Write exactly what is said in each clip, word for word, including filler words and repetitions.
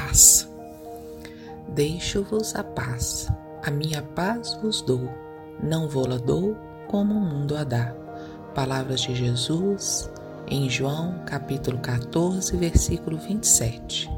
paz. Deixo-vos a paz, a minha paz vos dou, não vô-la dou como o mundo a dá. Palavras de Jesus em João capítulo quatorze, versículo vinte e sete.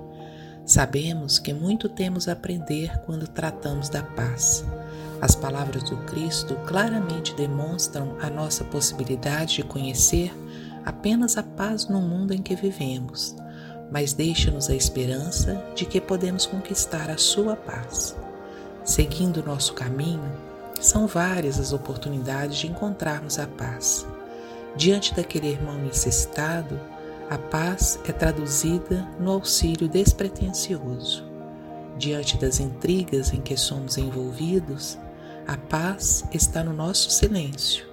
Sabemos que muito temos a aprender quando tratamos da paz. As palavras do Cristo claramente demonstram a nossa possibilidade de conhecer apenas a paz no mundo em que vivemos, mas deixa-nos a esperança de que podemos conquistar a sua paz. Seguindo nosso caminho, são várias as oportunidades de encontrarmos a paz. Diante daquele irmão necessitado, a paz é traduzida no auxílio despretensioso. Diante das intrigas em que somos envolvidos, a paz está no nosso silêncio.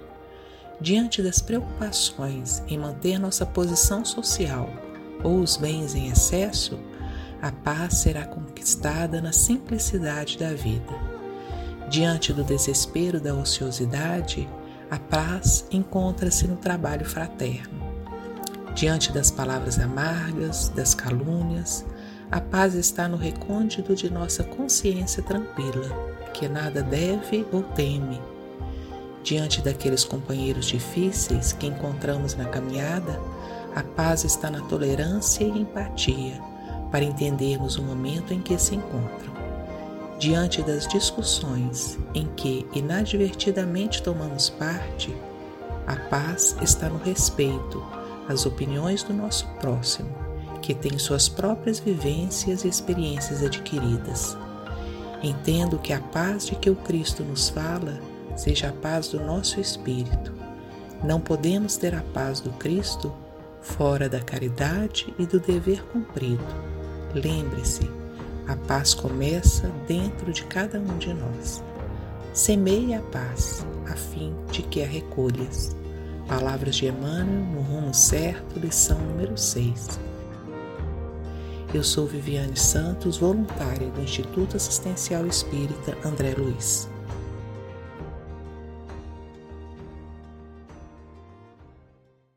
Diante das preocupações em manter nossa posição social ou os bens em excesso, a paz será conquistada na simplicidade da vida. Diante do desespero da ociosidade, a paz encontra-se no trabalho fraterno. Diante das palavras amargas, das calúnias, a paz está no recôndito de nossa consciência tranquila, que nada deve ou teme. Diante daqueles companheiros difíceis que encontramos na caminhada, a paz está na tolerância e empatia, para entendermos o momento em que se encontram. Diante das discussões em que inadvertidamente tomamos parte, a paz está no respeito às opiniões do nosso próximo, que tem suas próprias vivências e experiências adquiridas. Entendo que a paz de que o Cristo nos fala seja a paz do nosso espírito. Não podemos ter a paz do Cristo fora da caridade e do dever cumprido. Lembre-se, a paz começa dentro de cada um de nós. Semeie a paz, a fim de que a recolhas. Palavras de Emmanuel no Rumo Certo, lição número seis. Eu sou Viviane Santos, voluntária do Instituto Assistencial Espírita André Luiz.